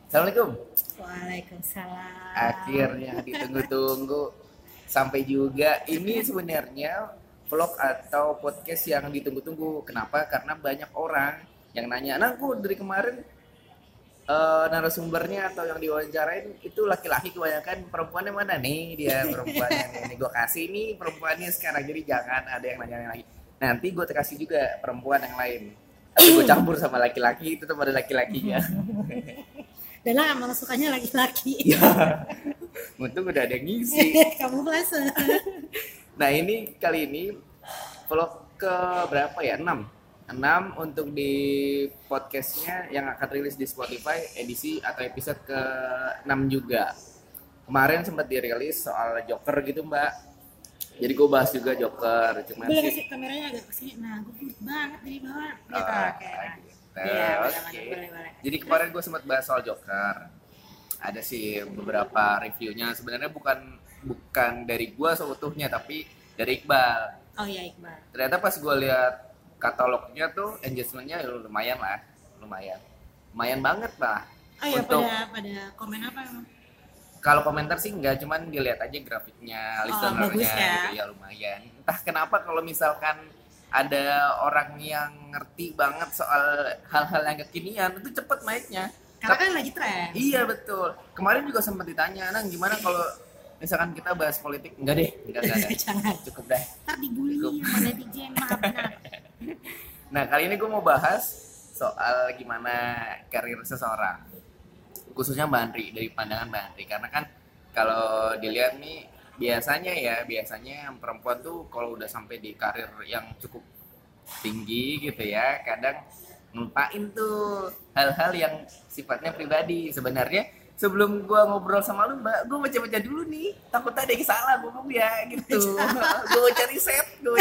Assalamualaikum. Waalaikumsalam. Akhirnya ditunggu-tunggu sampai juga. Ini sebenarnya vlog atau podcast yang ditunggu-tunggu. Kenapa? Karena banyak orang yang nanya, "Nah, aku dari kemarin narasumbernya atau yang diwawancarain itu laki-laki kebanyakan, perempuannya mana nih?" Dia perempuannya nih. Gue kasih nih perempuannya sekarang, jadi jangan ada yang nanya lagi. Nanti gue kasih juga perempuan yang lain. Atau gue campur sama laki-laki, tetap ada laki-lakinya. Dela emang sukanya laki-laki. Ya, untung udah ada yang ngisi. Kamu puasa. Nah, ini kali ini vlog ke berapa ya? 6 untuk di podcastnya yang akan rilis di Spotify, edisi atau episode ke 6 juga. Kemarin sempat dirilis soal Joker gitu, Mbak. Jadi gue bahas juga Joker. Cuman Boleh sih kasih kameranya agak kesini. Nah, gue gendut banget dari bawah. Gitu, oke. gitu. Iya, Oke. boleh. Jadi kemarin gue sempat bahas soal Joker. Ada sih beberapa reviewnya. Sebenarnya bukan dari gue seutuhnya, tapi dari Iqbal. Oh iya, Iqbal. Ternyata pas gue lihat katalognya tuh engagementnya lumayan lah, lumayan banget lah. Oh iya, Untuk pada komen apa emang? kalau komentar sih enggak, cuman dilihat aja grafiknya, listenernya bagus ya. gitu ya, lumayan. Entah kenapa kalau misalkan ada orang yang ngerti banget soal hal-hal yang kekinian itu cepet naiknya. Karena kan lagi tren. Iya betul. Kemarin juga sempat ditanya, "Nang, gimana kalau misalkan kita bahas politik?" Enggak deh, enggak. Jangan. Cukup deh. Ntar dibully sama netizen, maaf benar. Nah, kali ini gue mau bahas soal gimana karir seseorang, khususnya Mbak Andri, dari pandangan Mbak Andri. Karena kan kalau dilihat nih, biasanya yang perempuan tuh kalau udah sampai di karir yang cukup tinggi gitu ya, kadang ngelupain tuh hal-hal yang sifatnya pribadi. Sebenarnya sebelum gue ngobrol sama lu, Mbak, gue baca-baca dulu nih, takutnya ada yang salah ngomong ya gitu. Gue baca riset, gue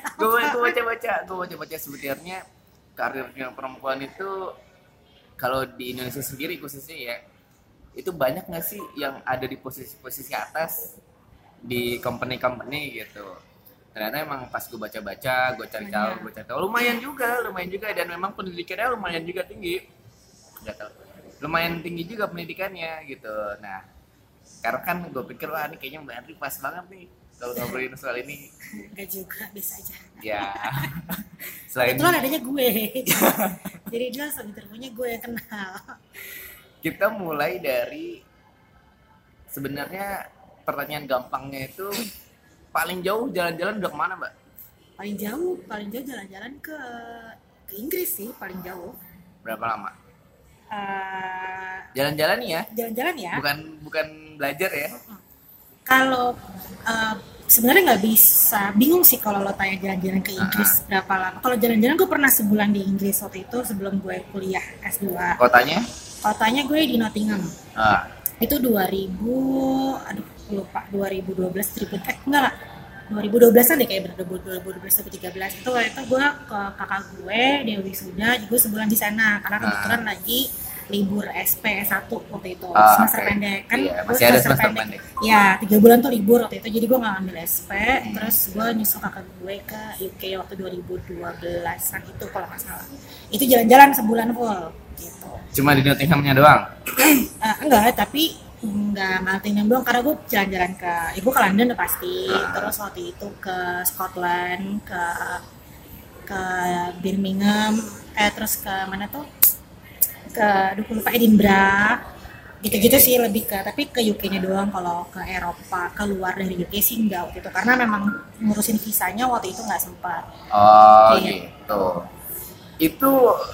baca sebenarnya karirnya perempuan itu kalau di Indonesia sendiri khususnya ya, itu banyak nggak sih yang ada di posisi-posisi atas di company gitu. Ternyata emang pas gue baca-baca, gue cari tahu lumayan juga dan memang pendidikannya lumayan juga tinggi. Nggak tahu, lumayan tinggi juga pendidikannya gitu. Nah, karena kan gue pikir, wah ini kayaknya Mbak Andri pas banget nih kalau ngobrolin soal ini. Enggak juga, bisa aja. Ya. Selain kebetulan adanya gue. Jadi dia langsung interviewnya gue yang kenal. Kita mulai dari sebenarnya pertanyaan gampangnya itu, paling jauh jalan-jalan udah kemana, Mbak? Paling jauh jalan-jalan ke Inggris sih, paling jauh. Berapa lama? Jalan-jalan nih ya? Jalan-jalan ya. Bukan belajar ya? Kalau sebenarnya nggak bisa, bingung sih kalau lo tanya jalan-jalan ke Inggris berapa lama. Kalau jalan-jalan gue pernah sebulan di Inggris waktu itu sebelum gue kuliah S2. Kotanya gue di Nottingham. Itu 2012 enggak lah, 2012an deh kayak bener, 2012 2013 itu gue ke kakak gue, dia wisuda, gue sebulan di sana karena kebetulan lagi libur SP 1 waktu itu, semester pendek kan. Iya, masih ada semester pendek. Ya, 3 bulan tuh libur waktu itu, jadi gue gak ngambil SP. Terus gue nyusul kakak gue ke UK waktu 2012an itu kalau gak salah. Itu jalan-jalan sebulan full gitu. Cuma di Nottinghamnya doang? Enggak, tapi enggak Nottingham doang, karena gue jalan-jalan ke London udah pasti. Terus waktu itu ke Scotland, ke Birmingham, terus ke mana tuh, lupa, Edinburgh, gitu-gitu sih lebih ke, tapi ke UK-nya doang. Kalau ke Eropa, keluar dari UK sih enggak waktu itu, karena memang ngurusin visanya waktu itu nggak sempat. Gitu. Itu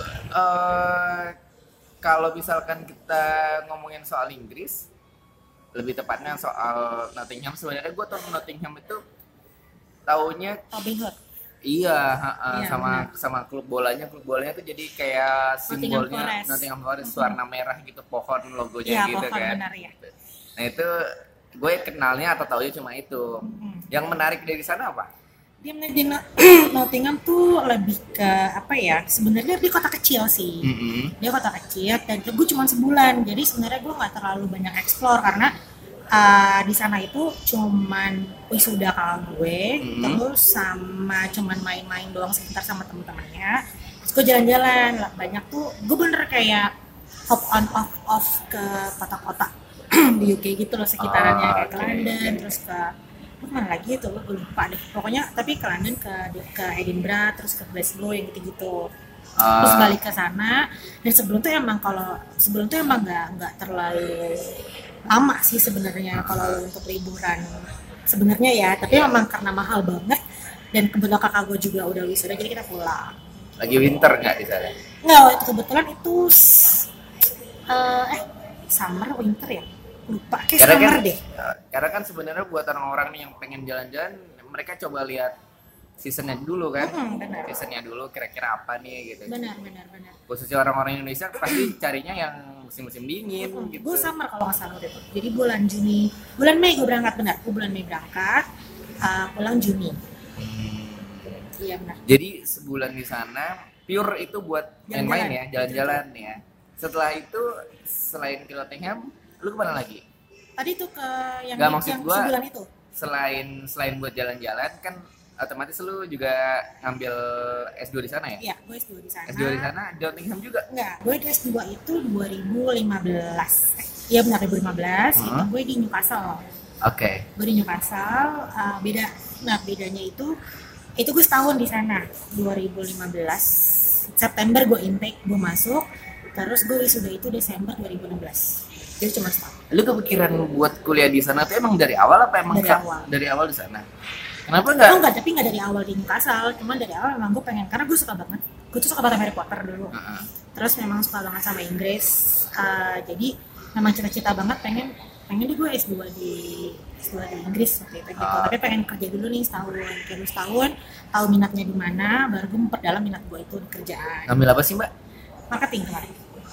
kalau misalkan kita ngomongin soal Inggris, lebih tepatnya soal Nottingham, sebenarnya gue tau Nottingham itu taunya Robin Hood. Iya, sama klub bolanya tuh jadi kayak simbolnya Nottingham Forest, warna merah gitu, pohon logonya gitu pohon, kan. Benar, ya. Nah itu gue kenalnya atau taunya cuma itu. Yang menarik dari sana apa? Dia di Nottingham tuh lebih ke apa ya? Sebenarnya dia kota kecil sih. Dia kota kecil dan gue cuma sebulan, jadi sebenarnya gue nggak terlalu banyak explore karena di sana itu cuman wisuda kakak gue, terus sama cuman main-main doang sebentar sama temen-temennya. Terus gue jalan-jalan lah, banyak tuh, gue bener kayak hop on off ke kota-kota di UK gitu loh sekitarannya, kayak ke London, terus ke mana lagi itu gue lupa deh pokoknya, tapi ke London, ke Edinburgh, terus ke Glasgow yang gitu-gitu. Terus balik ke sana, dan sebelum tuh emang nggak terlalu lama sih sebenarnya kalau untuk liburan sebenarnya ya, tapi memang karena mahal banget dan kebetulan kakak gue juga udah wisuda jadi kita pulang. Lagi winter nggak di sana? Nggak, itu kebetulan itu summer winter ya, lupa kayak Karena summer kan, deh. karena kan sebenarnya buat orang-orang nih yang pengen jalan-jalan, mereka coba lihat seasonnya dulu kan, Benar. seasonnya dulu kira-kira apa nih gitu. Benar. Khususnya orang-orang Indonesia pasti carinya yang musim-musim dingin gitu. Gue summer kalau nggak salah itu. Jadi bulan Mei gue berangkat, benar. Gue bulan Mei berangkat, pulang Juni. Iya benar. Jadi sebulan di sana pure itu buat main-main ya, jalan-jalan ya. Setelah itu selain ke Nottingham, lu kemana lagi? Tadi tuh ke yang Nggak, maksud gua, sebulan itu. Selain buat jalan-jalan kan otomatis lu juga ngambil S2 di sana ya? Iya, gue S2 di sana. S2 di sana, di Nottingham juga? Enggak, gue di S2 itu 2015. Iya benar 2015, itu gue di Newcastle. Oke. Gue di Newcastle, beda. Nah, bedanya itu gue setahun di sana. 2015 September gue intake, gue masuk, terus gue wisuda itu Desember 2016. Jadi cuma setahun. Lu kepikiran buat kuliah di sana tuh emang dari awal apa emang dari awal di sana? Kenapa enggak? Oh enggak, tapi enggak dari awal di Newcastle. Cuman dari awal memang gue pengen, karena gue suka banget. Gue tuh suka banget Harry Potter dulu. Terus memang suka banget sama Inggris. Jadi memang cita-cita banget pengen deh gue S2 di Inggris waktu itu gitu. Tapi pengen kerja dulu nih setahun, tahu minatnya di mana, baru gue memperdalam minat gue itu di kerjaan. Ngambil apa sih, Mbak? Marketing kemarin.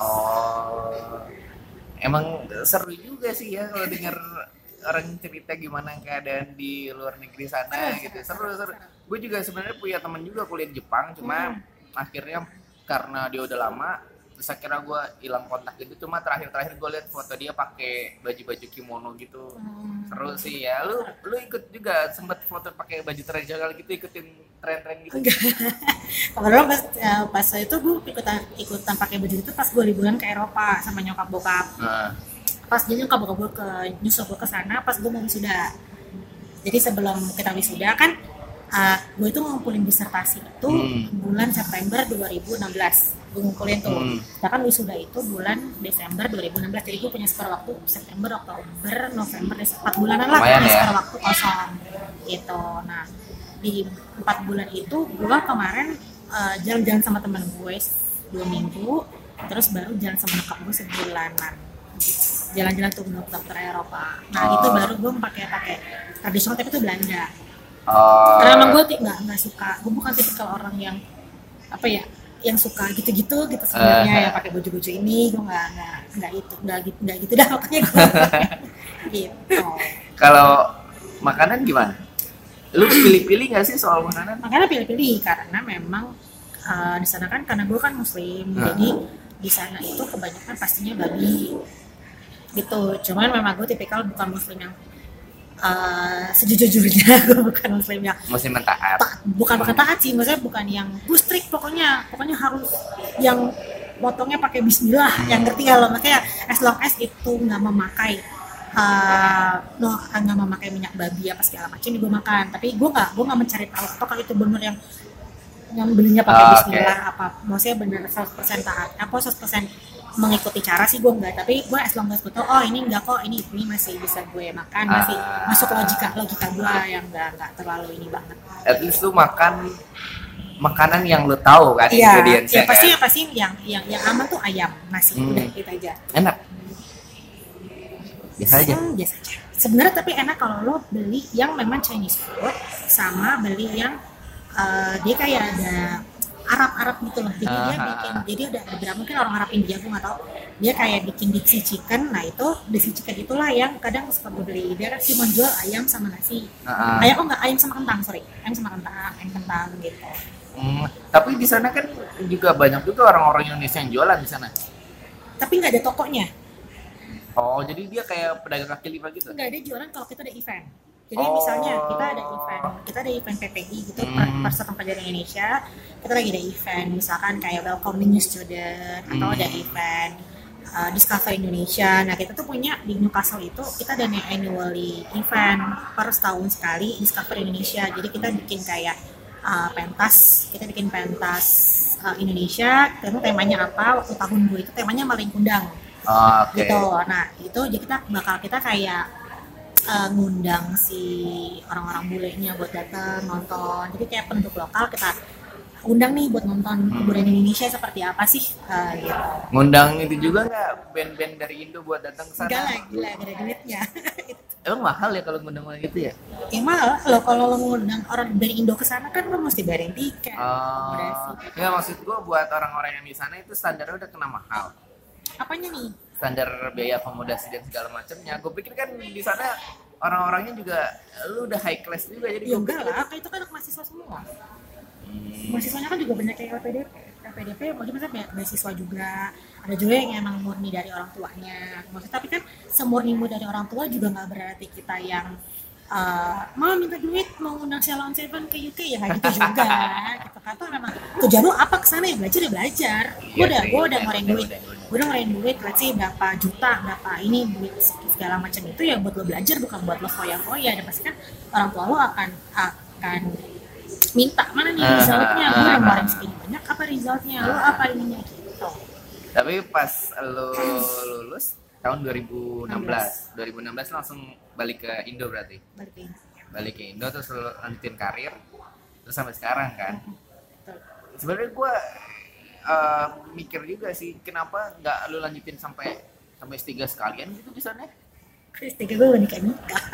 Oh. Emang seru juga sih ya kalau dengar orang cerita gimana keadaan di luar negeri sana gitu. Seru. Gue juga sebenarnya punya teman juga kuliah di Jepang, cuma akhirnya karena dia udah lama, terus akhirnya gue hilang kontak gitu. Cuma terakhir gue lihat foto dia pakai baju kimono gitu. Seru sih ya. Lu ikut juga sempet foto pakai baju tradisional gitu, ikutin tren-tren gitu? Kalau pas itu gue ikutan pakai baju itu pas gue liburan ke Eropa sama nyokap bokap. Pas jadi nyokap bokap gue nyusul gue ke sana pas gue mau wisuda. Jadi sebelum kita wisuda kan gue itu ngumpulin disertasi itu bulan September 2016. Gue ngumpulin tuh. Sedangkan wisuda itu bulan Desember 2016. Jadi gue punya spare waktu September, Oktober, November, Desember, 4 bulanan lah punya spare waktu kosong gitu. Nah, di 4 bulan itu gue kemarin jalan-jalan sama teman gue 2 minggu, terus baru jalan sama nyokap gue sebulanan. Jalan-jalan tuh dokter Eropa. Nah itu baru gue pakai tradisional, tapi itu Belanda. Karena emang gue nggak suka, gue bukan tipikal orang yang apa ya, yang suka gitu sebenarnya ya pakai baju-baju ini. Gue nggak gitu dah pokoknya gue gitu. Kalau makanan gimana? Lu pilih-pilih nggak sih soal makanan? Makanya pilih-pilih karena memang di sana kan karena gue kan Muslim, jadi di sana itu kebanyakan pastinya babi gitu. Cuman memang gue tipikal bukan Muslim yang sejujurnya gue bukan Muslim yang Muslim taat. Bukan taat sih, maksudnya bukan yang gue strict, pokoknya harus yang potongnya pakai Bismillah, yang ngerti kalau makanya as long as itu nggak memakai nggak memakai minyak babi apa segala macam gue makan. Tapi gue nggak mencari tahu apakah itu benar yang belinya pakai Bismillah apa, maksudnya benar 100% taat apa 100% mengikuti cara sih gue enggak. Tapi gue as long as gue tahu ini enggak kok, ini masih bisa gue makan, masih masuk logika gue yang enggak terlalu ini banget. At least lu makan makanan yang lu tahu kan ingredientsnya. Ya pasti yang aman tuh ayam, nasi, udah gitu aja. Enak. Biasa aja. Sebenarnya tapi enak kalau lo beli yang memang Chinese food sama beli yang dia kayak ada Arab gitu loh. Jadi dia bikin, jadi ada beberapa mungkin orang Arab India gue nggak tahu, dia kayak bikin diksi chicken. Nah itu diksi chicken itulah yang kadang suka gue beli. Dia cuma jual ayam sama nasi. Ayam sama kentang gitu. Tapi di sana kan juga banyak juga orang-orang Indonesia yang jualan di sana. Tapi nggak ada tokonya. Oh, jadi dia kayak pedagang kaki lima gitu? Nggak ada jualan kalau kita ada event. Jadi misalnya kita ada event PPI gitu, Persatuan Pelajar Indonesia, kita lagi ada event, misalkan kayak welcoming new student, atau ada event Discover Indonesia. Nah kita tuh punya di Newcastle itu kita ada annually event per setahun sekali Discover Indonesia. Jadi kita bikin kayak kita bikin pentas Indonesia. Terus temanya apa? Waktu tahun gue itu temanya Malin Kundang. Oke. Gitu. Nah itu jadi kita kayak ngundang si orang-orang bulenya buat datang nonton. Jadi kayak penduduk lokal kita undang nih buat nonton kebudayaan Indonesia seperti apa sih gitu. Ngundang itu juga nggak band-band dari Indo buat datang ke sana? Enggak lah, gila, gak ada duitnya. Emang mahal ya kalau ngundang orang gitu ya? Ya malah kalau lo ngundang orang dari Indo ke sana kan lo mesti bayarin tiket, akomodasi. Nggak, maksud gue buat orang-orang yang di sana itu standarnya udah kena mahal. Apanya nih? Standar biaya akomodasi dan segala macamnya. Gue pikir kan di sana orang-orangnya juga lu udah high class juga, jadi Ya enggak lah, itu kan anak mahasiswa semua. Mahasiswanya kan juga banyak kayak LPDP maksudnya beasiswa juga, ada juga yang emang murni dari orang tuanya. Maksudnya tapi kan semurni dari orang tua juga nggak berarti kita yang mau minta duit mau undang Salon Seven ke UK ya nggak gitu juga. Gitu kan tuh memang tujuan lu apa kesana ya belajar. Gue udah ngeluarin duit, let's say berapa juta, berapa ini duit segala macam itu ya buat lo belajar bukan buat lo foya-foya. Dan pasti kan orang tua lo akan minta mana nih resultnya, gue udah ngeluarin segini banyak apa resultnya, lo apa ininya gitu. Tapi pas lo lulus tahun 2016 langsung balik ke Indo berarti? Balik ke Indo terus lo lanjutin karir terus sampai sekarang kan? Sebenarnya gue mikir juga sih kenapa nggak lo lanjutin sampai S3 sekalian gitu di sana? S3 gue udah nikah.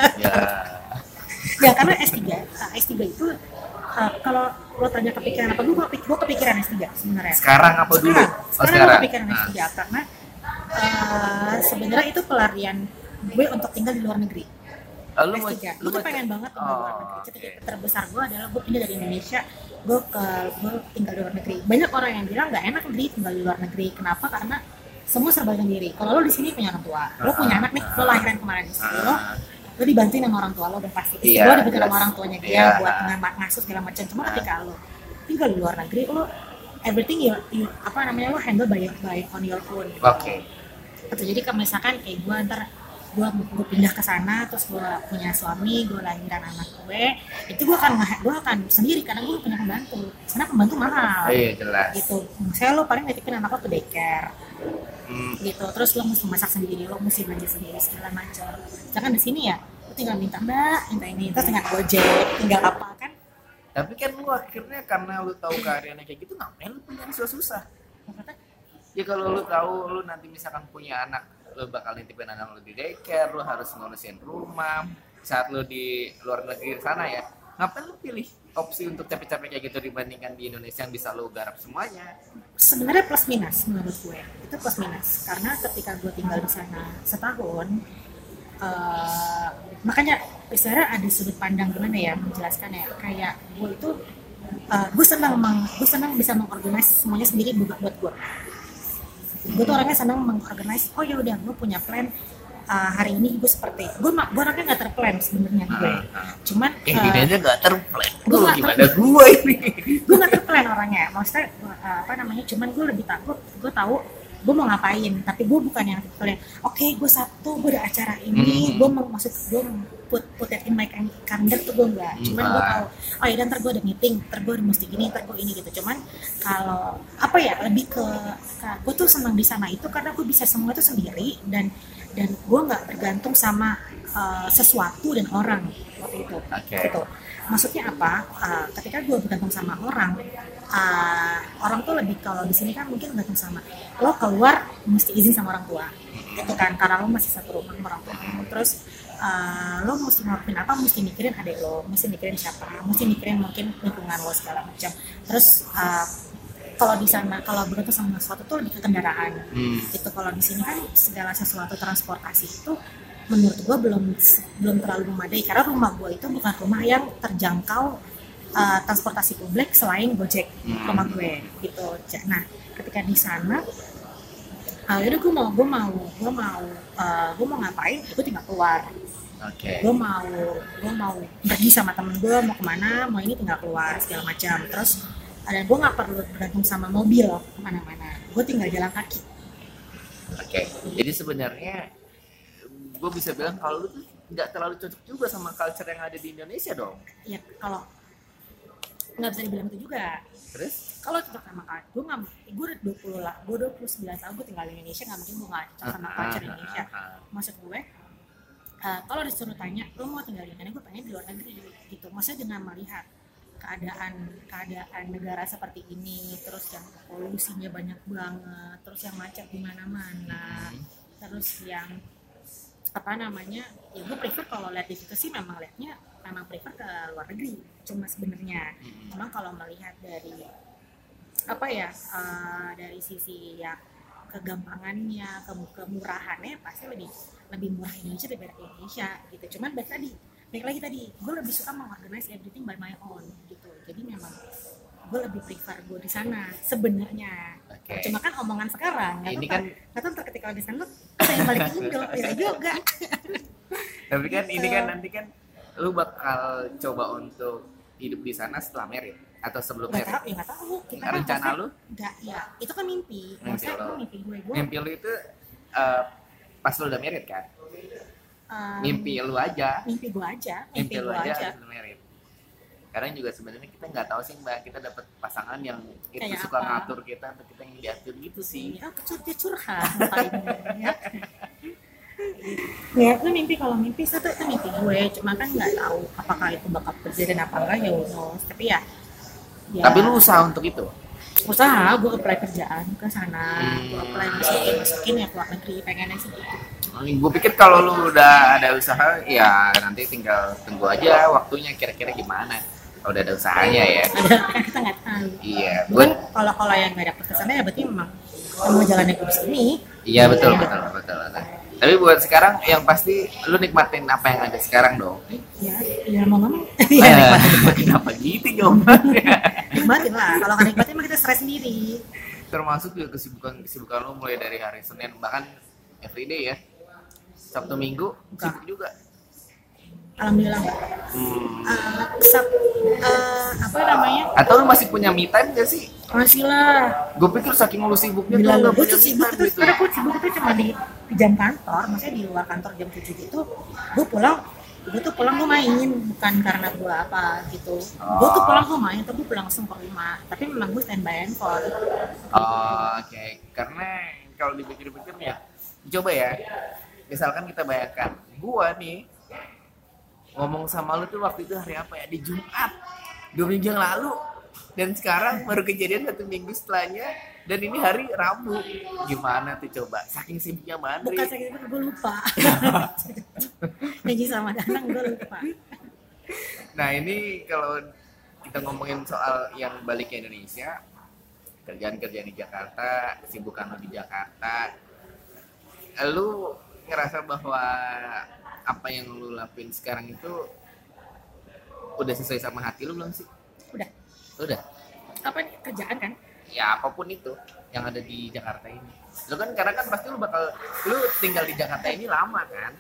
Ya karena S3 itu kalau lo tanya kepikiran apa, gue kepikiran S3 sebenarnya. Sekarang apa dulu? Sekarang gue kepikiran S3 karena sebenarnya itu pelarian gue untuk tinggal di luar negeri. S3. Gue tuh pengen banget tinggal di luar negeri. Cita-cita terbesar gue adalah gue pindah dari Indonesia, gue tinggal di luar negeri. Banyak orang yang bilang nggak enak tinggal di luar negeri. Kenapa? Karena semua serba sendiri. Kalau lo di sini punya orang tua, lo punya anak nih, lo lahiran kemarin di sini, lo dibantuin sama orang tua lo dan pasti lo dibantuin sama orang tuanya dia buat ngasuh segala macam. Cuma ketika lo tinggal di luar negeri, lo everything you lo handle by on your own. Oke. Atau jadi kalau misalkan kayak gue gue pindah ke sana terus gue punya suami, gue lahiran anak gue, itu gue akan sendiri karena gue punya pembantu. Sana pembantu mahal. Iya jelas. Gitu. Misalnya lo paling nitipin anak lo ke daycare. Gitu. Terus lo mesti masak sendiri, lo mesti belanja sendiri segala macam. Sedangkan di sini ya, lo tinggal minta ini, terus tinggal Gojek, tinggal apa kan? Tapi kan lo akhirnya karena lo tahu karirnya kayak gitu, ngapain lo punya susah-susah? Ya kalau lo tahu lo nanti misalkan punya anak, lo bakal nitipin anak lo di daycare, lo harus ngurusin rumah. Saat lo di luar negeri sana ya, ngapain lo pilih opsi untuk capek-capek kayak gitu dibandingkan di Indonesia yang bisa lo garap semuanya? Sebenarnya plus minus menurut gue, itu plus minus karena ketika gue tinggal di sana setahun, makanya sebenarnya ada sudut pandang gimana ya menjelaskan ya, kayak gue itu gue senang bisa mengorganize semuanya sendiri buat gue. Gue tuh orangnya senang mengorganize. Oh ya udah, gue punya plan. Hari ini gue seperti gue orangnya nggak terplan sebenarnya gue. Cuman ini aja nggak terplan. Gimana gue ini? Gue nggak terplan orangnya. Maksudnya cuman gue lebih takut. Gue tahu gue mau ngapain. Tapi gue bukan yang terplan. Oke, gue Sabtu gue ada acara ini. Gue put it in my calendar tuh gue enggak. Cuman gue tahu. Oh ya, ntar gue ada meeting. Ntar gue mesti gini. Ntar gue ini gitu. Cuman kalau lebih ke gue tuh senang di sana itu karena gue bisa semua itu sendiri dan gue nggak bergantung sama sesuatu dan orang waktu itu. Gitu. Maksudnya apa? Ketika gue bergantung sama orang tuh lebih, kalau di sini kan mungkin bergantung sama lo keluar mesti izin sama orang tua, gitu kan? Karena lo masih satu rumah sama orang tua. Terus lo mesti ngelakuin apa? Mesti mikirin adik lo, mesti mikirin siapa, mesti mikirin mungkin lingkungan lo segala macam. Terus kalau di sana kalau bergantung sama sesuatu tuh lebih ke kendaraan. Itu kalau di sini kan segala sesuatu transportasi itu menurut gue belum terlalu memadai karena rumah gue itu bukan rumah yang terjangkau transportasi publik selain Gojek rumah gue gitu. Nah ketika di sana yaudah gue mau ngapain, gue tinggal keluar. Gue mau pergi sama temen gue, mau kemana, mau ini tinggal keluar segala macam. Terus dan gue nggak perlu bergantung sama mobil kemana-mana, gue tinggal jalan kaki Oke. Jadi sebenarnya gue bisa bilang kalau lu tuh nggak terlalu cocok juga sama culture yang ada di Indonesia dong. Ya kalau nggak bisa dibilang itu juga. Terus? Kalau cocok sama culture, gue udah 20 lah, gue 29 tahun gue tinggal di Indonesia, nggak mungkin gue nggak cocok sama culture Indonesia. Maksud gue, kalau disuruh tanya, lo mau tinggal di mana? Gue pengen di luar negeri gitu. Maksudnya dengan melihat keadaan negara seperti ini, terus yang polusinya banyak banget, terus yang macet di mana-mana, terus yang apa namanya, ya gue prefer kalau lihat di situ sih memang prefer ke luar negeri. Cuma sebenarnya, memang kalau melihat dari apa ya, dari sisi ya kegampangannya, kemurahannya pasti lebih murah Indonesia daripada Indonesia gitu. Cuman baik lagi tadi, gue lebih suka mengorganize everything by my own gitu. Jadi memang gue lebih prefer gue di sana sebenarnya. Okay. Cuma kan omongan sekarang, ini kan ntar ketika di sana saya balik ke Indo, ya juga. Tapi kan ini kan nanti kan lu bakal coba untuk hidup di sana setelah married atau sebelum married? Nggak tahu. Rencana lu? Enggak, ya itu kan mimpi. Maksudnya itu mimpi gue. Mimpi lu itu pas lu udah married kan? Mimpi lu aja. Mimpi gue aja sebelum married. Karena juga sebenarnya kita nggak tahu sih Mbak, kita dapat pasangan yang itu kayak suka apa? Ngatur kita atau kita yang diatur gitu sih. Ya, dia curhat ya. Ya itu kalau mimpi satu itu mimpi gue, cuma kan nggak tahu apakah itu bakal kejadian apa enggak ya unos. Tapi ya. Tapi lu usaha untuk itu? Usaha, gue apply kerjaan ke sana, gue apply masukin ya ke luar negeri, pengennya sih gitu. Gue pikir kalau lu udah ada usaha, ya nanti tinggal tunggu aja waktunya kira-kira gimana. Kalau udah ada usahanya ya. Ada, kita nggak tahu. Iya. Bukan kalau yang nggak dapet kesana ya berarti memang mau jalannya ke sini. Iya betul. Tapi buat sekarang yang pasti lu nikmatin apa yang ada sekarang dong. Iya mau ngomong. Iya nikmatin. Kenapa gitu jawabannya? Nikmatin lah. Kalau nggak nikmatin mah kita stres sendiri. Termasuk juga kesibukan lu mulai dari hari Senin bahkan everyday ya. Sabtu Minggu sibuk juga. Alhamdulillah enggak. Apa namanya? Atau lu masih punya me time gak sih? Masih lah. Gue pikir saking lu sibuknya tuh gak punya me time gitu. Karena gue sibuk itu cuma di jam kantor, maksudnya di luar kantor jam 7 gitu. Gue pulang gue main, bukan karena gue apa gitu. Gue tuh pulang gue main, tapi gue pulang langsung ke rumah. Tapi memang gue standby handphone. Oke. Karena kalau dipikir-pikir ya, coba ya. Misalkan kita bayangkan, gue nih ngomong sama lu tuh waktu itu hari apa ya? Di Jumat 2 minggu yang lalu. Dan sekarang baru kejadian 1 minggu setelahnya. Dan ini hari Rabu. Gimana tuh coba? Saking sibuknya Mandri. Bukan saking sibuk, gue lupa. Janji sama Danang gue lupa. Nah ini kalau kita ngomongin soal yang balik ke Indonesia, kerjaan-kerjaan di Jakarta, kesibukan lu di Jakarta, lu ngerasa bahwa apa yang lu lakuin sekarang itu udah sesuai sama hati lu belum sih? Udah. Apa nih kerjaan kan? Ya apapun itu yang ada di Jakarta ini. Lu kan karena kan pasti lu tinggal di Jakarta ini lama kan?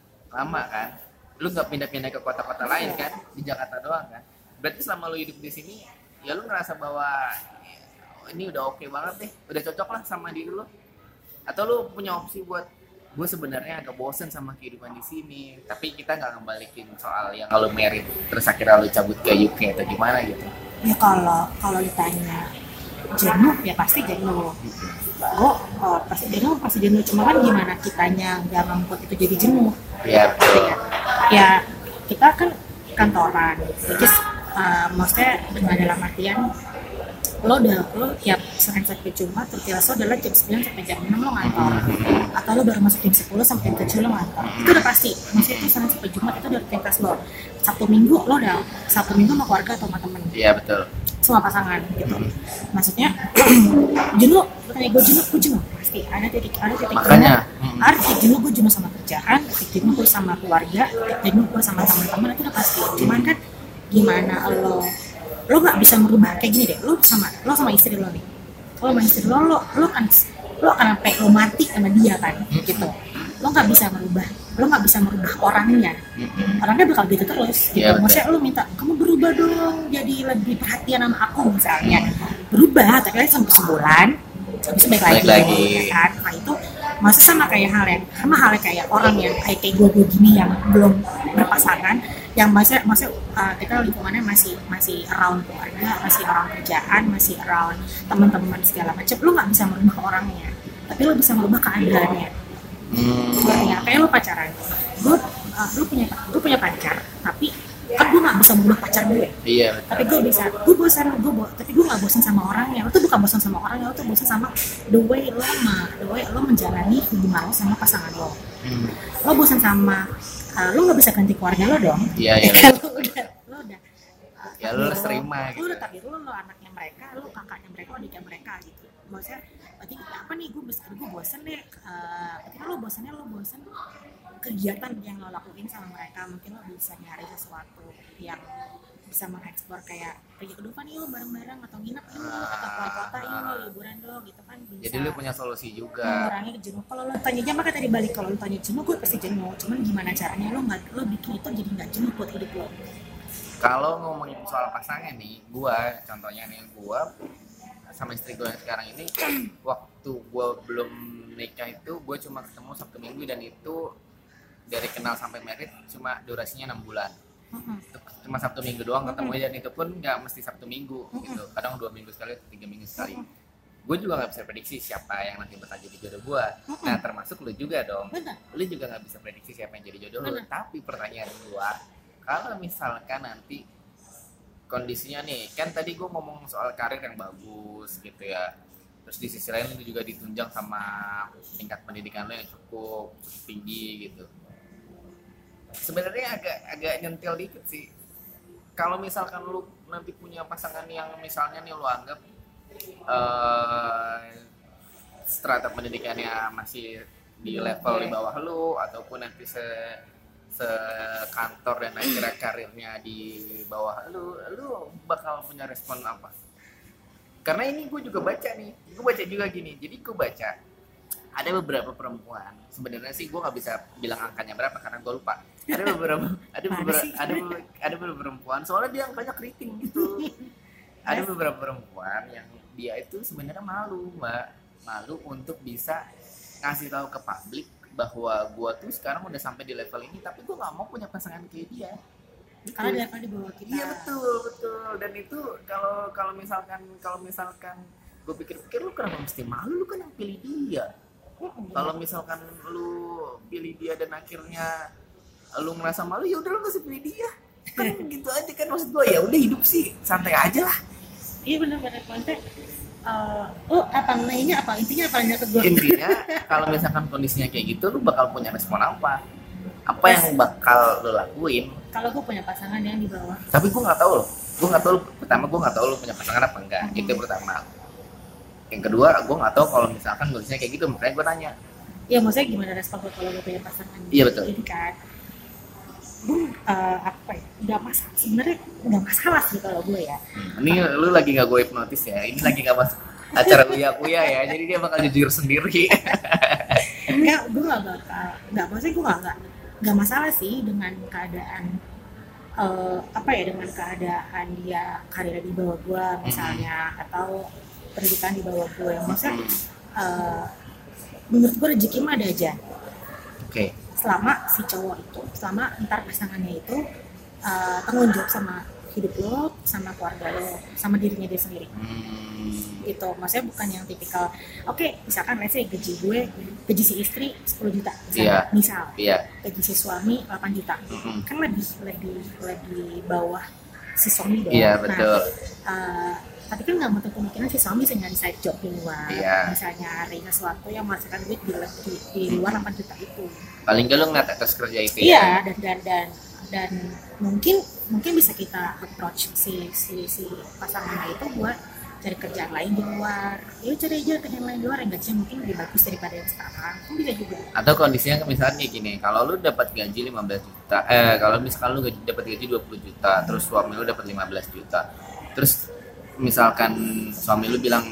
Lu nggak pindah-pindah ke kota-kota lain kan? Di Jakarta doang kan? Berarti selama lu hidup di sini, ya lu ngerasa bahwa ini udah oke banget deh, udah cocok lah sama diri lu? Atau lu punya opsi buat gue sebenarnya agak bosen sama kehidupan di sini, tapi kita nggak ngembalikin soal yang kalau married terus akhirnya lu cabut ke UK atau gimana gitu? Ya kalau ditanya jenuh ya pasti jenuh. Gue pasti jenuh. Cuma kan gimana kitanya nggak membuat itu jadi jenuh? Iya betul. Ya kita kan kantoran, jadi maksudnya dengan dalam artian lo tiap Senin sampai Jumat terus lo adalah jam 9 sampai jam 6 lo ngantor, atau lo baru masuk jam 10 sampai jam 7 lo ngantor, itu udah pasti. Maksudnya itu Senin sampai Jumat itu udah rutinitas lo. Sabtu Minggu sama keluarga atau sama temen. Iya betul. Semua pasangan gitu. Maksudnya jenuh, gue jenuh pasti ada titik makanya jenuh. Ada titik jenuh gue jenuh sama kerjaan, titik jenuh gue sama keluarga, titik jenuh gue sama teman-teman, itu udah pasti. Cuman kan gimana lo nggak bisa merubah kayak gini deh. Lo sama istri lo nih, lo sama istri lo akan sampai lo mati sama dia kan gitu. Lo nggak bisa merubah orangnya bakal gitu terus gitu. Maksudnya lo minta kamu berubah dong, jadi lebih perhatian sama aku misalnya, berubah tapi sampai sebulan habis baik lagi. Ya kan? Nah itu Masa sama halnya kayak orang yang kayak gue gini yang belum berpasangan, yang kita lingkungannya masih around keluarga, masih around kerjaan, masih around teman-teman segala macam. Lu nggak bisa merubah orangnya, tapi lu bisa merubah keadaannya. Ya kayak lu pacaran, lu punya pacar, tapi kan gue nggak bisa merubah pacar gue. Iya. Tapi gue bisa, tapi gue nggak bosan sama orangnya. Lo tuh bukan bosan sama orangnya, lo tuh bosan sama the way lo menjalani hubungan lo sama pasangan lo. Lo bosan sama, lo nggak bisa ganti keluarga lo dong. Iya. Lo udah. Ya lo harus terima. Lo udah takdir lo anaknya mereka, lo kakaknya mereka, adiknya mereka gitu. Maksudnya, berarti apa nih gue bosan deh. Ketika lo bosan kegiatan yang lo lakuin sama mereka, mungkin lo bisa nyari sesuatu yang bisa mengeksplor kayak pergi ke Dufan yuk bareng-bareng, atau nginep yuk atau keluar kota yuk liburan lo gitu kan, bisa. Jadi lo punya solusi juga mengurangi jenuh. Kalau lo tanya aja, maka tadi balik, kalau lo tanya jenuh, gue pasti jenuh, cuman gimana caranya lo bikin itu jadi nggak jenuh buat hidup lo. Kalau ngomongin soal pasangan nih, contohnya gue sama istri gue yang sekarang ini, waktu gue belum nikah itu gue cuma ketemu Sabtu Minggu, dan itu dari kenal sampai married cuma durasinya 6 bulan. Cuma Sabtu Minggu doang ketemu, dan itu pun nggak mesti Sabtu Minggu gitu, kadang 2 minggu sekali atau 3 minggu sekali. Gue juga nggak bisa prediksi siapa yang nanti bakal jadi jodoh gue. Nah termasuk lu juga dong. Lu juga nggak bisa prediksi siapa yang jadi jodoh lu. Tapi pertanyaan gue, kalau misalkan nanti kondisinya nih, kan tadi gue ngomong soal karir yang bagus gitu ya, terus di sisi lain lu juga ditunjang sama tingkat pendidikan lu yang cukup tinggi gitu. Sebenarnya agak nyentil dikit sih. Kalau misalkan lu nanti punya pasangan yang misalnya nih lu anggap strata pendidikannya masih di level di bawah lu, ataupun nanti sekantor dan akhirnya karirnya di bawah lu bakal punya respon apa? Karena ini gue baca juga gini. Jadi gue baca ada beberapa perempuan, sebenarnya sih gue nggak bisa bilang angkanya berapa karena gue lupa. Ada beberapa perempuan, soalnya dia angkanya keriting gitu. Ada beberapa perempuan yang dia itu sebenarnya malu untuk bisa ngasih tahu ke publik bahwa gue tuh sekarang udah sampai di level ini, tapi gue nggak mau punya pasangan kayak dia. Gitu. Karena dia akan di bawah kita. Iya betul. Dan itu kalau misalkan gue pikir-pikir, lu kenapa mesti malu? Lu kan yang pilih dia. Kalau misalkan lu pilih dia dan akhirnya lu ngerasa malu, ya udah lu nggak usah pilih dia. Kan gitu aja kan, maksud gue ya udah hidup sih santai aja lah. Iya benar-benar konten. Intinya ke gue? Intinya kalau misalkan kondisinya kayak gitu, lu bakal punya respon apa yang bakal lu lakuin? Kalau gue punya pasangan yang di bawah. Tapi gue nggak tahu pertama gue nggak tahu lu punya pasangan apa enggak. Itu yang pertama. Yang kedua, gue nggak tahu kalau misalkan kondisinya kayak gitu, makanya gue nanya. Ya maksudnya gimana respon gue kalau gue punya pasangan? Iya betul. Ini kan, gue sebenarnya nggak masalah sih kalau gue ya. Ini lu lagi nggak gue hipnotis ya? Ini lagi nggak masuk acara kuya ya, jadi dia bakal jujur sendiri. Enggak, gue maksudnya gue nggak masalah sih dengan keadaan dengan keadaan dia karirnya di bawah gue misalnya, atau pendidikan di bawah gue. Maksudnya menurut gue rezeki mah ada aja. Oke. Selama si cowok itu, selama ntar pasangannya itu tanggung jawab sama hidup lo, sama keluarga lo, sama dirinya dia sendiri. Gitu. Maksudnya bukan yang tipikal, misalkan let's say gaji si istri 10 juta misal. Gaji si suami 8 juta. Kan lebih bawah si suami dong. Iya, betul. Tapi kan nggak menutup kemungkinan si suami bisa nyari side job di luar, bisa nyari sesuatu yang menghasilkan duit di luar 8 juta itu. Paling nggak lo ngeliat atas kerja itu. Iya, dan mungkin bisa kita approach si pasangannya itu buat cari kerjaan lain di luar. Ya cari aja kerjaan lain di luar yang gajinya mungkin lebih bagus daripada yang sekarang. Kan bisa juga. Atau kondisinya misalnya kayak gini, kalau lu dapat gaji 15 juta, kalau misalkan lu dapat gaji 20 juta, terus suami lu dapat 15 juta. Terus misalkan suami lu bilang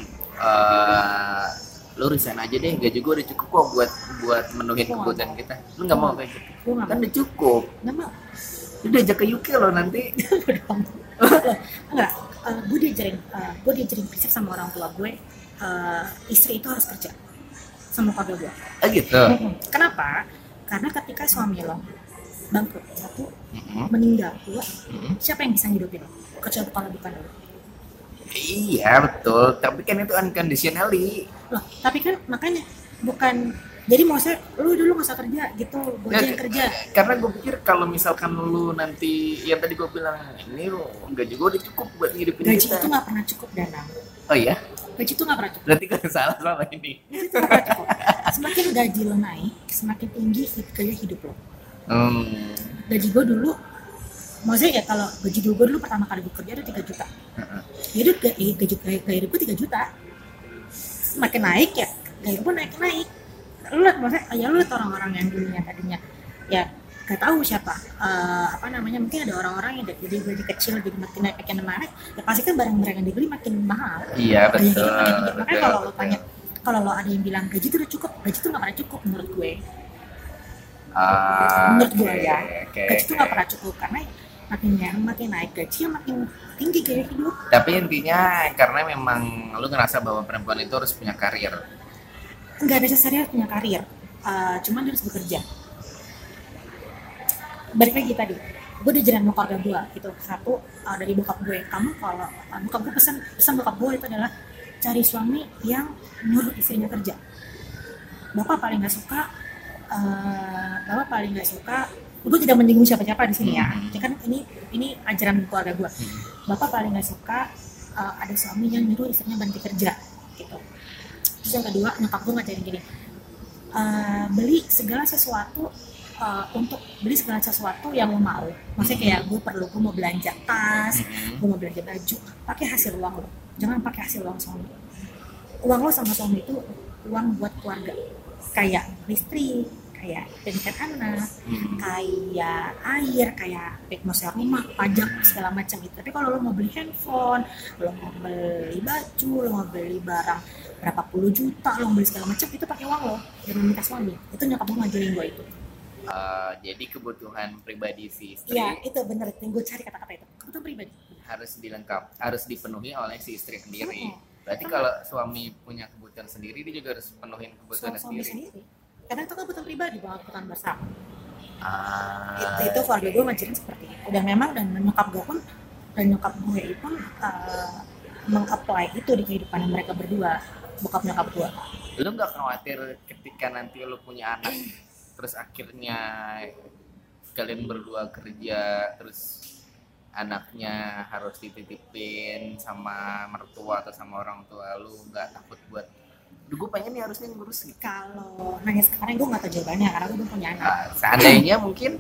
lu resign aja deh, gaji gue udah cukup kok buat menuhin kebutuhan kita. Lu nggak mau kayak gitu? Kan udah cukup. Nggak mau. Udah ajak ke UK lo nanti. Enggak, gue diajarin prinsip sama orang tua gue, istri itu harus kerja. sama keluarga gue. Gitu. Kenapa? Karena ketika suami lo bangkrut, satu, meninggal, dua, siapa yang bisa ngidupin lo? Kecuali kalau bukan lo. Iya betul, tapi kan itu unconditionally. Loh, tapi kan makanya bukan, jadi maksudnya lu dulu nggak usah kerja gitu, gue aja yang kerja. Karena gue pikir kalau misalkan lu nanti, yang tadi gue bilang, ini lu gaji gue udah cukup buat ngidupin Gaji kita. itu nggak pernah cukup, Danang. Oh iya? Gaji itu nggak pernah cukup. Berarti gue salah selama ini. Gaji itu nggak pernah cukup. Semakin gaji lo naik, semakin tinggi gaya hidup lo. Gaji gue dulu, maksudnya ya kalau gaji gue dulu pertama kali gue kerja ada 3 juta. Jadi gaya hidup gue 3 juta. Semakin naik ya, gaya hidup gue naik. Lu lihat, maksudnya ya lu lihat orang-orang yang dulunya tadinya ya gak tahu siapa, apa namanya, mungkin ada orang-orang yang dari gaji kecil jadi makin naik, ya pasti kan barang-barang yang dibeli makin mahal. Iya betul. Makanya kalau lo tanya, kalau lo ada yang bilang gaji itu udah cukup, gaji itu nggak pernah cukup menurut gue. Menurut gue ya, gaji itu nggak pernah cukup karena makin naik gaji makin tinggi gaya hidup. Tapi intinya karena memang lu ngerasa bahwa perempuan itu harus punya karir. Nggak necessarily harus punya karir, cuman dia harus bekerja. Balik lagi tadi, gue diajarin sama keluarga gue gitu. Satu, dari bokap gue, kalau bokap gue pesan bokap gue itu adalah cari suami yang nyuruh istrinya kerja. Bapak paling nggak suka, gue tidak menyinggung siapa-siapa di sini ya. Kan ini ajaran keluarga gue. Bapak paling nggak suka ada suami yang nyuruh istrinya berhenti kerja gitu. Terus yang kedua, nyokap gue ngajarin gini, beli segala sesuatu yang lo mau. Maksudnya kayak gue mau belanja tas, gue mau belanja baju, pakai hasil uang lo, jangan pakai hasil uang suami. Uang lo sama suami itu uang buat keluarga, kayak listrik, kayak pendidikan anak, kayak air, kayak maksudnya rumah, pajak segala macam gitu. Tapi kalau lo mau beli handphone, lo mau beli baju, lo mau beli barang berapa puluh juta, lo mau beli segala macam, itu pakai uang lo, jangan minta suami. Itu nyokap gue ngajarin gue itu. Jadi kebutuhan pribadi si istri. Iya, itu bener. Gue cari kata-kata itu. Kebutuhan pribadi harus dipenuhi oleh si istri sendiri. Berarti kalau suami punya kebutuhan sendiri, dia juga harus penuhin kebutuhan sendiri. Karena itu kebutuhan pribadi, bukan kebutuhan bersama. Itu keluarga gue ngajarin seperti itu. Dan memang nyokap gue pun meng-apply itu di kehidupan mereka berdua, bokap nyokap gue. Lu nggak khawatir ketika nanti lu punya anak, terus akhirnya kalian berdua kerja, terus anaknya harus dititipin sama mertua atau sama orang tua, lu nggak takut buat, gue pengen nih harusnya ngurus gitu? Kalau nanya sekarang gue nggak tahu jawabannya karena gue belum punya anak. Seandainya mungkin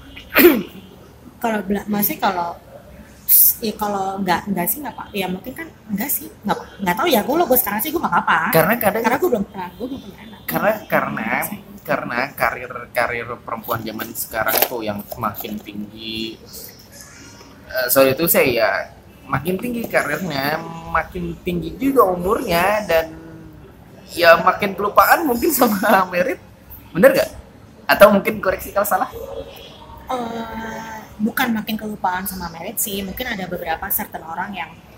kalau nggak sih nggak apa, ya mungkin kan nggak sih, nggak tahu ya, gue sekarang sih gue nggak apa-apa karena gue belum punya anak. Karena karir perempuan zaman sekarang itu yang semakin tinggi, sorry itu saya ya, makin tinggi karirnya, makin tinggi juga umurnya, dan ya makin kelupaan mungkin sama merit, bener gak? Atau mungkin koreksi kalau salah? Bukan makin kelupaan sama merit sih, mungkin ada beberapa certain orang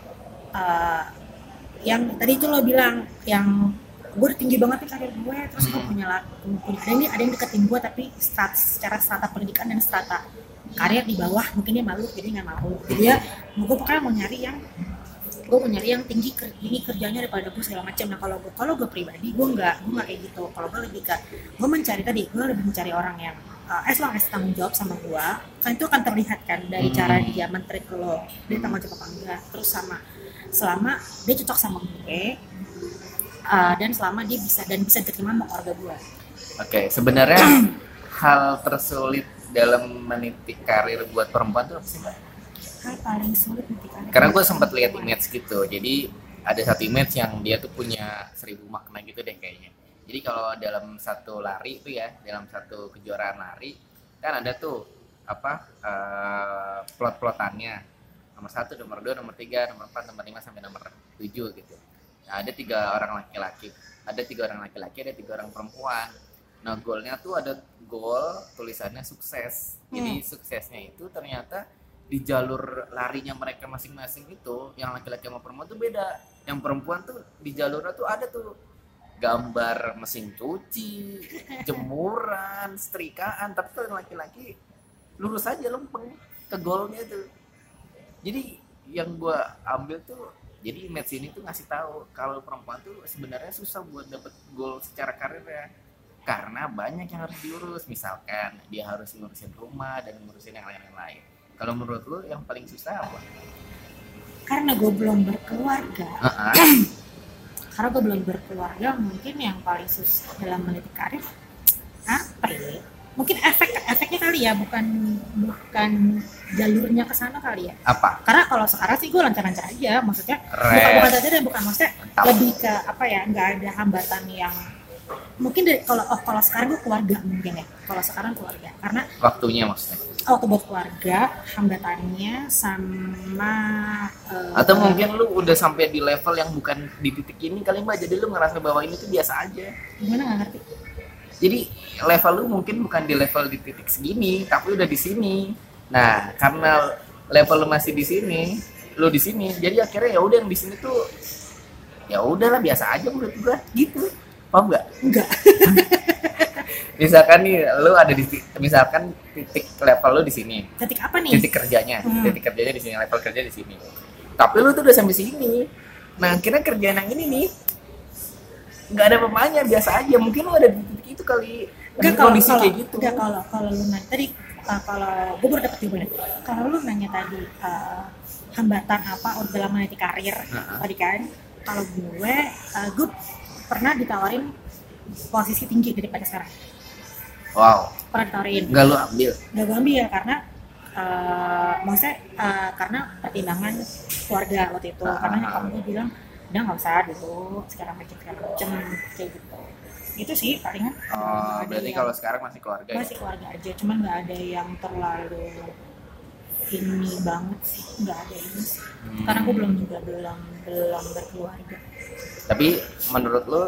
yang tadi itu lo bilang, yang gue udah tinggi banget nih karir gue, terus gue punya ada yang deketin gue tapi secara strata pendidikan dan strata karir di bawah, mungkin dia malu, jadi nggak mau. Jadi ya, gue pokoknya mau nyari yang tinggi kerjanya daripada gue segala macam. Nah kalau gue pribadi, gue nggak kayak gitu. Kalau gue lebih mencari orang yang as long as tanggung jawab sama gue, kan itu akan terlihat kan dari cara dia mentreat lo, dia tanggung jawab apa enggak, terus selama dia cocok sama gue, dan selama dia bisa diterima sama keluarga gue. Oke, sebenarnya hal tersulit dalam meniti karir buat perempuan tuh apa sih, Mbak? Hal paling sulit meniti karir. Karena gue sempat lihat image gitu, jadi ada satu image yang dia tuh punya 1000 makna gitu deh kayaknya. Jadi kalau dalam satu lari itu ya, dalam satu kejuaraan lari kan ada tuh plot-plotannya, nomor 1, nomor 2, nomor 3, nomor 4, nomor 5 sampai nomor 7 gitu. Nah, ada 3 orang laki-laki, ada 3 orang perempuan. Nah, goalnya tuh ada goal tulisannya sukses. Jadi suksesnya itu ternyata di jalur larinya mereka masing-masing itu, yang laki-laki sama perempuan tuh beda. Yang perempuan tuh di jalurnya tuh ada tuh gambar mesin cuci, jemuran, setrikaan. Tapi kalau laki-laki lurus aja lempeng ke golnya tuh. Jadi yang gue ambil tuh, jadi match ini tuh ngasih tahu kalau perempuan tuh sebenarnya susah buat dapet goal secara karirnya, karena banyak yang harus diurus. Misalkan dia harus ngurusin rumah dan ngurusin yang lain-lain. Kalau menurut lu yang paling susah apa? Karena gue belum berkeluarga. Karena gue belum berkeluarga, mungkin yang paling susah dalam meniti karir apa ya? Mungkin efeknya kali ya, bukan jalurnya ke sana kali ya. Apa? Karena kalau sekarang sih gue lancar-lancar aja, maksudnya bukan saja dan bukan, maksudnya Mantap. lebih ke apa ya, nggak ada hambatan yang mungkin dari kalau sekarang gue keluarga mungkin ya, kalau sekarang keluarga, karena Waktunya maksudnya. waktu buat keluarga hambatannya sama Atau mungkin lu udah sampai di level yang bukan di titik ini kali Mbak, jadi lu ngerasa bahwa ini tuh biasa aja. gimana, nggak ngerti. Jadi level lu mungkin bukan di level di titik segini, tapi udah di sini. Nah, karena level lu masih di sini, lu di sini, jadi akhirnya ya udah yang di sini tuh ya udahlah biasa aja menurut gua gitu. Paham nggak? Enggak. Misalkan nih lu ada di misalkan titik level lu di sini. Titik apa nih? Titik kerjanya di sini, level kerja di sini. Tapi lu tuh udah sampai sini. Nah, akhirnya kerjaan yang ini nih nggak ada pemainnya, biasa aja. Mungkin lu ada di titik itu kali. Enggak, Kondisi kayak gitu. Enggak, kalau lu nanya tadi, kalau gue baru dapet jawabannya. Kalau lu nanya tadi hambatan apa dalam meniti karir, tadi kan, kalau gue pernah ditawarin posisi tinggi daripada sekarang. Wow. Pernah ditawarin. Nggak lu ambil. Nggak gue ambil karena maksudnya karena pertimbangan keluarga waktu itu. Karena nyokap gue bilang udah nggak usah dulu, segala macam kayak gitu. Itu sih palingan. Berarti kalau sekarang masih keluarga. Masih keluarga aja, cuman nggak ada yang terlalu ini banget sih, nggak ada ini sih. Karena gue belum berkeluarga. Tapi menurut lu,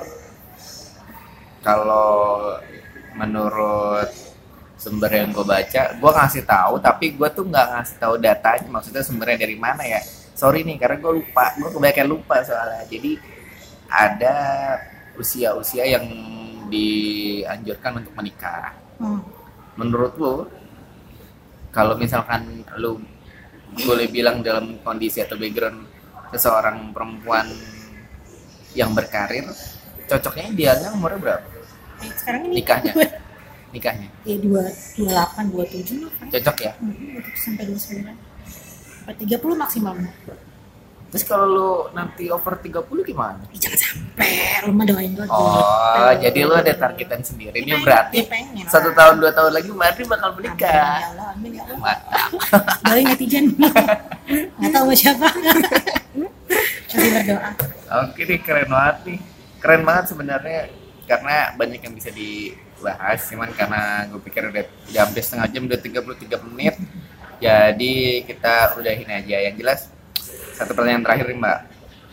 kalau menurut sumber yang gue baca, gue ngasih tahu, tapi gue tuh nggak ngasih tahu datanya, maksudnya sumbernya dari mana ya? Sorry nih, karena gue kebanyakan lupa soalnya. Jadi ada usia-usia yang dianjurkan untuk menikah. Menurut lu, kalau misalkan lu boleh bilang dalam kondisi atau background seseorang perempuan yang berkarir, cocoknya idealnya umurnya berapa? Sekarang ini nikahnya ya 28, 27 lah kan? cocok ya? Sampai 29 sampai 30 maksimal. Terus kalau lu nanti over 30 gimana? Jangan sampai, lu mah doain gue gitu. Jadi lu ada targetan sendiri. Ini berarti pengen 1 tahun 2 tahun lagi Mardi bakal menikah. Amin ya Allah. Mantap. Dari netizen nggak tahu sama siapa. Masih berdoa. Oke nih, keren banget nih. Keren banget sebenarnya, karena banyak yang bisa dibahas. Cuman karena gue pikir udah hampir setengah jam, udah 33 menit. Jadi kita udahin aja. Yang jelas, satu pertanyaan terakhir nih Mbak.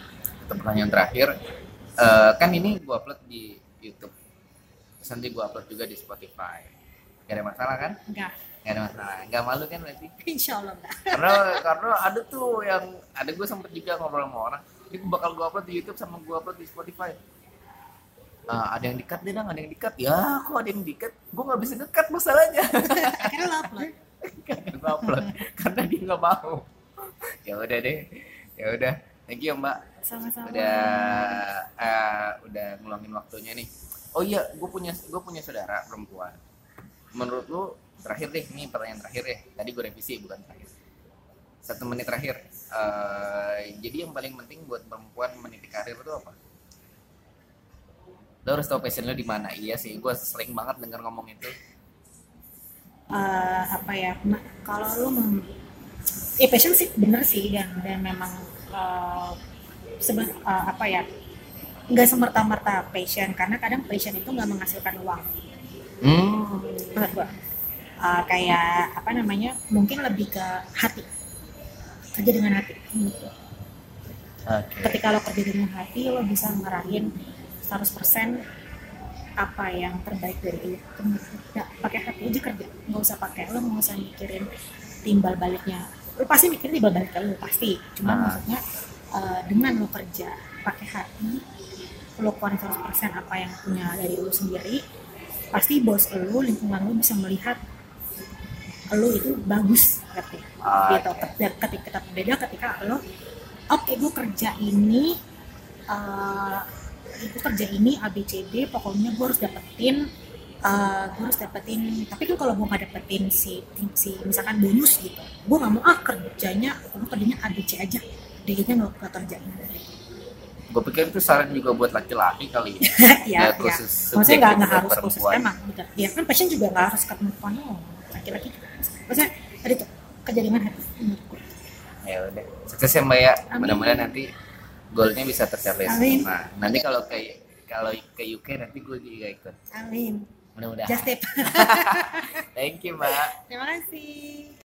Kan ini gue upload di YouTube. Terus nanti gue upload juga di Spotify. Gak ada masalah kan? Enggak. Gak ada masalah. Gak malu kan berarti? Insya Allah enggak. Karena ada tuh yang ada, gue sempet juga ngobrol sama orang. Ini bakal gue upload di YouTube sama gue upload di Spotify. Ada yang di-cut deh, ada yang di-cut. Ya, kok ada yang di-cut? Gue nggak bisa nge-cut masalahnya. Akhirnya lo upload. Karena dia nggak mau. Ya udah deh. Ya udah. Thank you Mbak. Sama-sama. Udah ngeluangin waktunya nih. Oh iya, gue punya saudara perempuan. Menurut lu, terakhir deh, ini pertanyaan terakhir ya. Tadi gue revisi, bukan terakhir. 1 menit terakhir. Jadi yang paling penting buat perempuan meniti karir itu apa? Lo harus tahu passion lo di mana. Iya sih, gue sering banget dengar ngomong itu. Apa ya? Kalau lu passion sih bener sih, dan memang apa ya? Nggak semerta-merta passion, karena kadang passion itu nggak menghasilkan uang. Menurut gue. Kayak apa namanya? Mungkin lebih ke hati. Kerja dengan hati. Okay. Ketika lo kerja dengan hati, lo bisa ngarahin 100% apa yang terbaik dari itu. Ya, pakai hati aja kerja, nggak usah nggak usah mikirin timbal baliknya. Lo pasti mikirin timbal balik lo pasti. Cuma maksudnya dengan lo kerja pakai hati, lo keluarin 100% apa yang punya dari lo sendiri, pasti bos lo, lingkungan lo bisa melihat lo itu bagus gitu. Gitu. Ketika beda ketika lo oke, gue kerja ini ABCD, pokoknya gue harus dapetin tapi kan kalau gue nggak dapetin si misalkan bonus gitu, gue nggak mau kerjanya ABC aja, D-nya nggak kerjain gitu. Gue pikir itu saran juga buat laki-laki kali ya. Khusus Maksudnya nggak harus khusus emang betul. Ya kan passion juga nggak harus ke perempuan, laki-laki juga. Maksudnya ada tuh kerja dengan hati menurutku. Ya udah, sukses ya Mbak ya. Mudah-mudahan nanti goalnya bisa tercapai semua. Nanti kalau ke UK nanti gue juga ikut. Amin. Mudah-mudahan. Just tip. Thank you Mbak. Terima kasih.